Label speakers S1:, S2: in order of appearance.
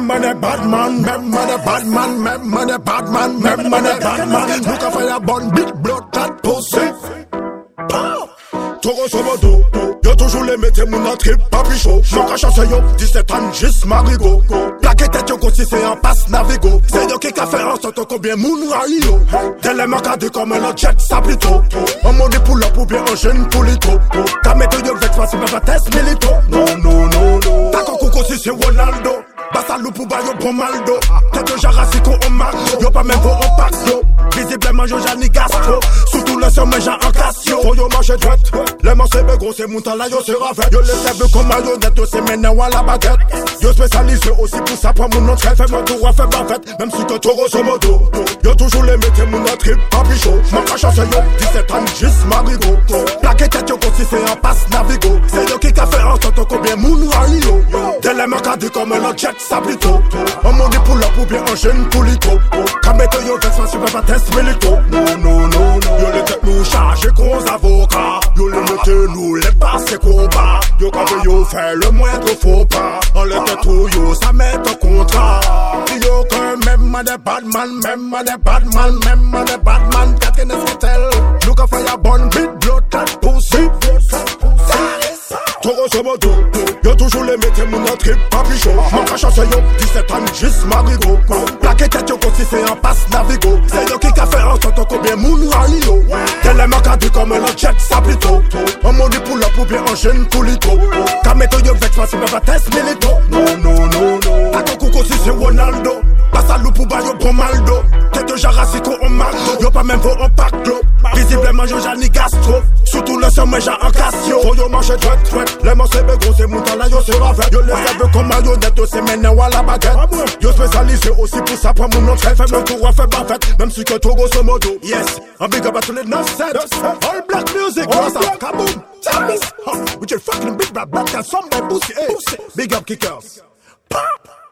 S1: money bad man, money bad man, money bad man, money bad man. Look a fire burn, big blood clot pussy. Tout grosso modo, yo toujours les mettez mon entrée, papi chaud. Mon cachet c'est yo, 17 ans, juste marigot. Plaqué tête yo, si c'est en passe navigo. C'est yo qui a fait en sorte combien moun raï yo. Tel les marqués comme un jet sablito. On monte pour la ou bien un jeune polito. Ta méthode yo vex pas si pas test milito. Non, non, non, non. Ta coco si c'est Ronaldo. Basta loup ba yo bon maldo. Tête yo jarasico en marque. Yo pas même pour un pack yo. Visiblement yo j'en gastro. Surtout le sommet j'ai en cassio. Faut yo marcher droite. Les morceaux c'est gros, c'est mon talent, yo c'est ravette. Yo les sèves comme marionnette, yo c'est maintenant à la baguette. Yo spécialisé aussi pour ça, pour mon entrée. Fais mon tour, fais ma fête, même si que tout grosso modo. Yo toujours les mettez mon entrée, papi chaud. Mon cachet c'est yo, 17 ans, juste marigot. Plaqué tête yo, si c'est en passe navigo. C'est yo qui a fait en sorte combien moun raï yo. Dès les marqués comme un jet sablito. On monte pour la ou bien un jeune polito. Kamete yo vex pas si pas test milito. Non, non, non, non. Yo les têtes nous chargés gros avocats. Yo les nous les passer combat. Yo quand yo fait le moindre faux pas. On les tête tout yo ça met un contrat. Yo quand même des bad man, même des bad man, même des bad man. Qu'est-ce que c'est? Look a fire burn, big blood clot pussy. Tout grosso modo, yo toujours les mettez mon entrée, papi chaud. Mon cachet c'est yo, 17 ans, juste marigot. Plaqué tête yo, si c'est en passe navigo. C'est yo qui a fait en sorte combien moun raï yo. Tel les marqués comme un jet sablito. On monte pour la ou bien un jeune polito. Kamete yo vex pas si pas test milito. Non, non, non, non. Ta coco si c'est Ronaldo. Basta loup ba yo bon maldo. Tête yo jarasico en marque. Yo pas même pour un pack yo. Visiblement yo j'en gastro. Surtout le sommet j'ai en cassio. Faut yo marcher droite. Les morceaux c'est gros, c'est mon talent, yo c'est ravette. Yo les sèves comme marionnette, yo c'est maintenant à la baguette. Yo spécialisé aussi pour ça, pour mon entrée. Fais mon tour, fais ma fête, même si que tout grosso modo. Yes, un big up à tous les 9-7. All black music, what's up, kaboom, Tamis. With your fucking big black and some pussy, big up kickers. Pop.